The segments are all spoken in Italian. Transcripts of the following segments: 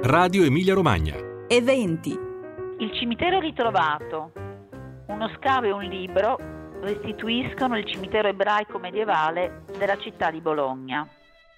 Radio Emilia-Romagna. Eventi. Il cimitero ritrovato. Uno scavo e un libro restituiscono il cimitero ebraico medievale della città di Bologna.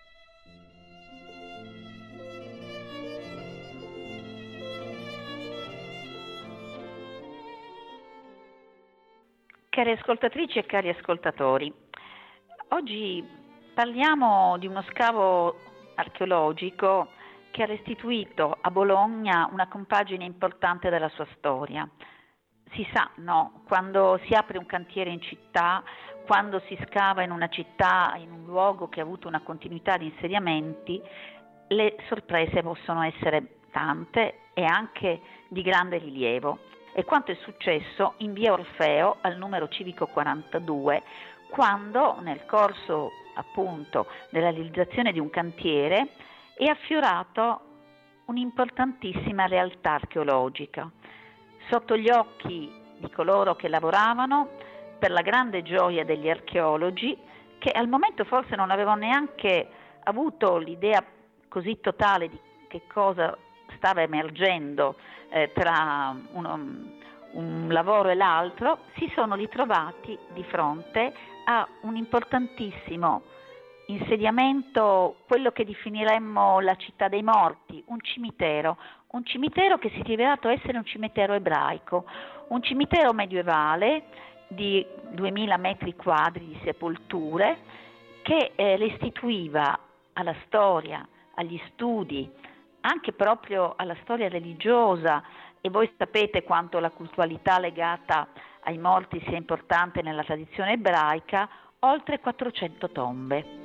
Cari ascoltatrici e cari ascoltatori, oggi parliamo di uno scavo archeologico che ha restituito a Bologna una compagine importante della sua storia. Si sa, no? Quando si apre un cantiere in città, quando si scava in una città, in un luogo che ha avuto una continuità di insediamenti, le sorprese possono essere tante e anche di grande rilievo. E quanto è successo in via Orfeo al numero civico 42, quando nel corso appunto della realizzazione di un cantiere è affiorato un'importantissima realtà archeologica. Sotto gli occhi di coloro che lavoravano, per la grande gioia degli archeologi, che al momento forse non avevano neanche avuto l'idea così totale di che cosa stava emergendo tra un lavoro e l'altro, si sono ritrovati di fronte a un importantissimo insediamento, quello che definiremmo la città dei morti, un cimitero che si è rivelato essere un cimitero ebraico, un cimitero medievale di 2000 metri quadri di sepolture che restituiva alla storia, agli studi, anche proprio alla storia religiosa, e voi sapete quanto la cultualità legata ai morti sia importante nella tradizione ebraica, oltre 400 tombe.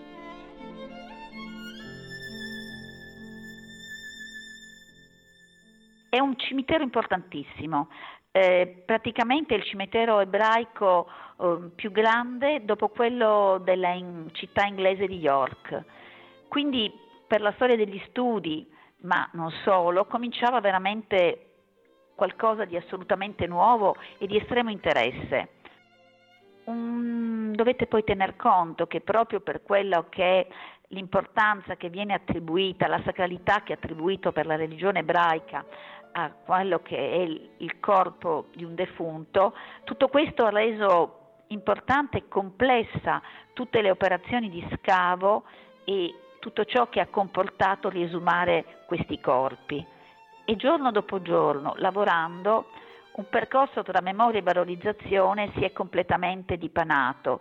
È un cimitero importantissimo, praticamente il cimitero ebraico più grande dopo quello della città inglese di York. Quindi per la storia degli studi, ma non solo, cominciava veramente qualcosa di assolutamente nuovo e di estremo interesse. Dovete poi tener conto che proprio per quello che è l'importanza che viene attribuita, la sacralità che è attribuito per la religione ebraica a quello che è il corpo di un defunto, tutto questo ha reso importante e complessa tutte le operazioni di scavo e tutto ciò che ha comportato riesumare questi corpi. E giorno dopo giorno, lavorando, un percorso tra memoria e valorizzazione si è completamente dipanato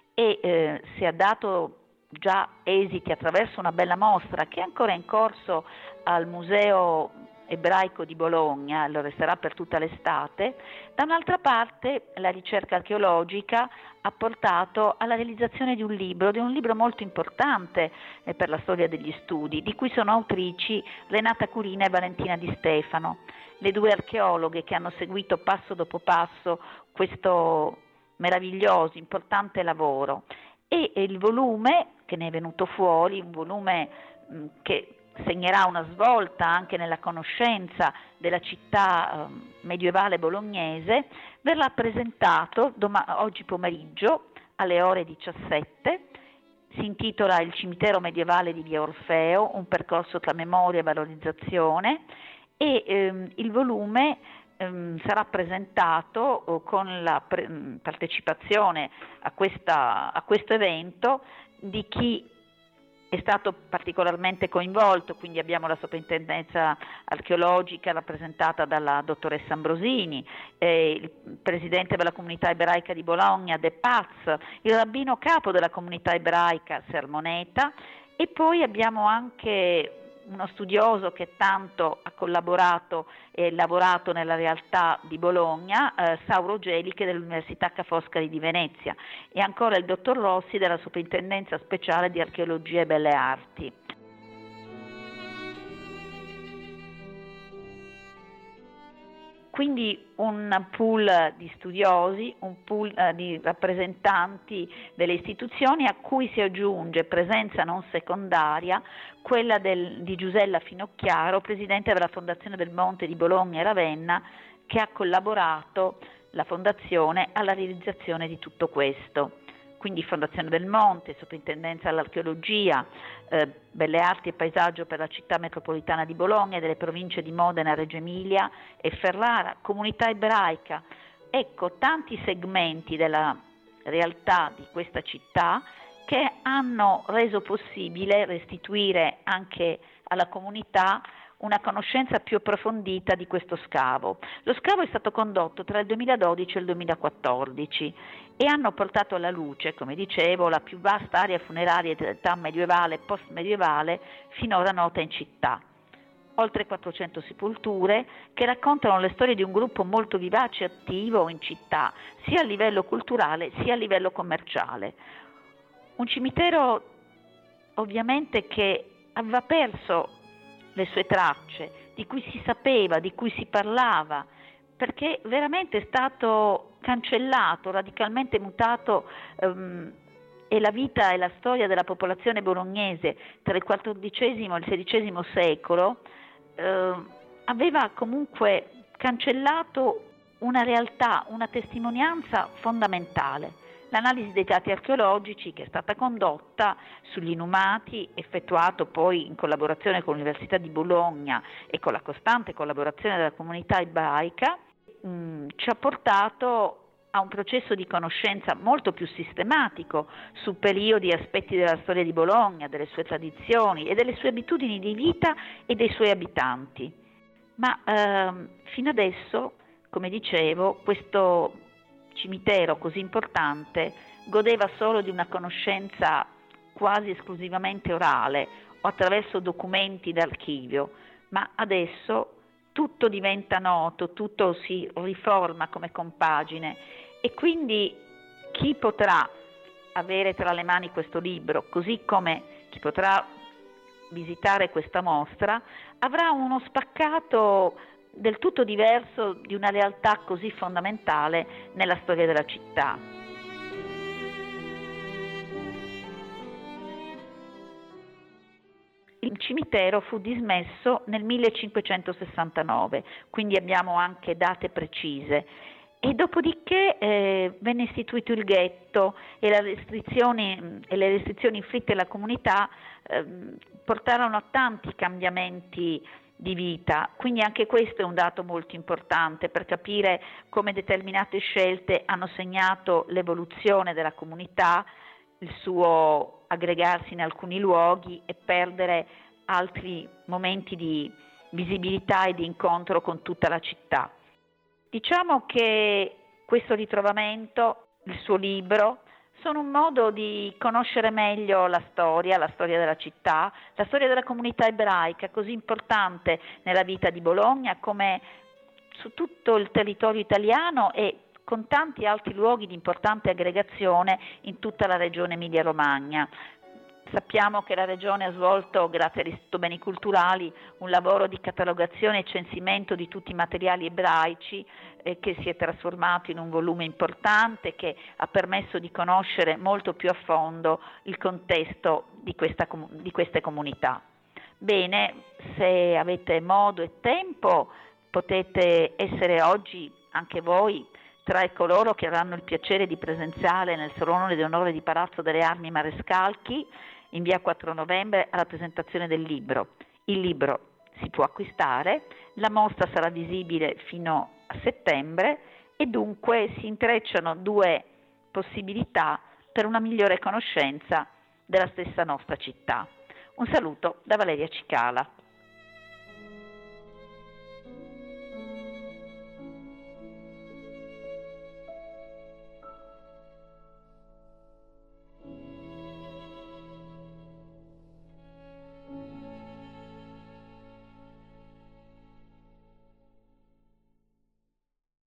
e si è dato già esiti attraverso una bella mostra che è ancora in corso al Museo Ebraico di Bologna, lo resterà per tutta l'estate. Da un'altra parte la ricerca archeologica ha portato alla realizzazione di un libro molto importante per la storia degli studi, di cui sono autrici Renata Curina e Valentina Di Stefano, le due archeologhe che hanno seguito passo dopo passo questo meraviglioso, importante lavoro. E il volume che ne è venuto fuori, un volume che segnerà una svolta anche nella conoscenza della città medievale bolognese, verrà presentato oggi pomeriggio alle ore 17. Si intitola Il cimitero medievale di via Orfeo, un percorso tra memoria e valorizzazione, e il volume sarà presentato con la partecipazione a questo evento di chi è stato particolarmente coinvolto, quindi abbiamo la soprintendenza archeologica rappresentata dalla dottoressa Ambrosini, il presidente della comunità ebraica di Bologna De Paz, il rabbino capo della comunità ebraica Sermoneta, e poi abbiamo anche uno studioso che tanto ha collaborato e lavorato nella realtà di Bologna, Sauro Geliche dell'Università Ca' Foscari di Venezia, e ancora il dottor Rossi della Soprintendenza Speciale di Archeologia e Belle Arti. Quindi un pool di studiosi, un pool di rappresentanti delle istituzioni, a cui si aggiunge presenza non secondaria quella di Giusella Finocchiaro, presidente della Fondazione del Monte di Bologna e Ravenna, che ha collaborato, la Fondazione, alla realizzazione di tutto questo. quindi Fondazione del Monte, Soprintendenza all'Archeologia, Belle Arti e Paesaggio per la città metropolitana di Bologna e delle province di Modena, Reggio Emilia e Ferrara, Comunità Ebraica. Ecco, tanti segmenti della realtà di questa città che hanno reso possibile restituire anche alla comunità una conoscenza più approfondita di questo scavo. Lo scavo è stato condotto tra il 2012 e il 2014 e hanno portato alla luce, come dicevo, la più vasta area funeraria di età medievale e post-medievale finora nota in città. Oltre 400 sepolture che raccontano le storie di un gruppo molto vivace e attivo in città, sia a livello culturale sia a livello commerciale. Un cimitero ovviamente che aveva perso le sue tracce, di cui si sapeva, di cui si parlava, perché veramente è stato cancellato, radicalmente mutato e la vita e la storia della popolazione bolognese tra il XIV e il XVI secolo aveva comunque cancellato una realtà, una testimonianza fondamentale. L'analisi dei dati archeologici che è stata condotta sugli inumati, effettuato poi in collaborazione con l'Università di Bologna e con la costante collaborazione della comunità ebraica, ci ha portato a un processo di conoscenza molto più sistematico su periodi e aspetti della storia di Bologna, delle sue tradizioni e delle sue abitudini di vita e dei suoi abitanti. Ma fino adesso, come dicevo, questo cimitero così importante godeva solo di una conoscenza quasi esclusivamente orale o attraverso documenti d'archivio, ma adesso tutto diventa noto, tutto si riforma come compagine e quindi chi potrà avere tra le mani questo libro, così come chi potrà visitare questa mostra, avrà uno spaccato del tutto diverso di una realtà così fondamentale nella storia della città. Il cimitero fu dismesso nel 1569, quindi abbiamo anche date precise. E dopodiché venne istituito il ghetto e le restrizioni inflitte alla comunità portarono a tanti cambiamenti di vita, quindi anche questo è un dato molto importante per capire come determinate scelte hanno segnato l'evoluzione della comunità, il suo aggregarsi in alcuni luoghi e perdere altri momenti di visibilità e di incontro con tutta la città. Diciamo che questo ritrovamento, il suo libro, sono un modo di conoscere meglio la storia della città, la storia della comunità ebraica, così importante nella vita di Bologna come su tutto il territorio italiano e con tanti altri luoghi di importante aggregazione in tutta la regione Emilia-Romagna. Sappiamo che la Regione ha svolto, grazie all'Istituto Beni Culturali, un lavoro di catalogazione e censimento di tutti i materiali ebraici che si è trasformato in un volume importante che ha permesso di conoscere molto più a fondo il contesto di queste comunità. Bene, se avete modo e tempo potete essere oggi anche voi tra coloro che avranno il piacere di presenziare nel Salone d'Onore di Palazzo delle Armi Marescalchi in via 4 novembre alla presentazione del libro. Il libro si può acquistare, la mostra sarà visibile fino a settembre e dunque si intrecciano due possibilità per una migliore conoscenza della stessa nostra città. Un saluto da Valeria Cicala.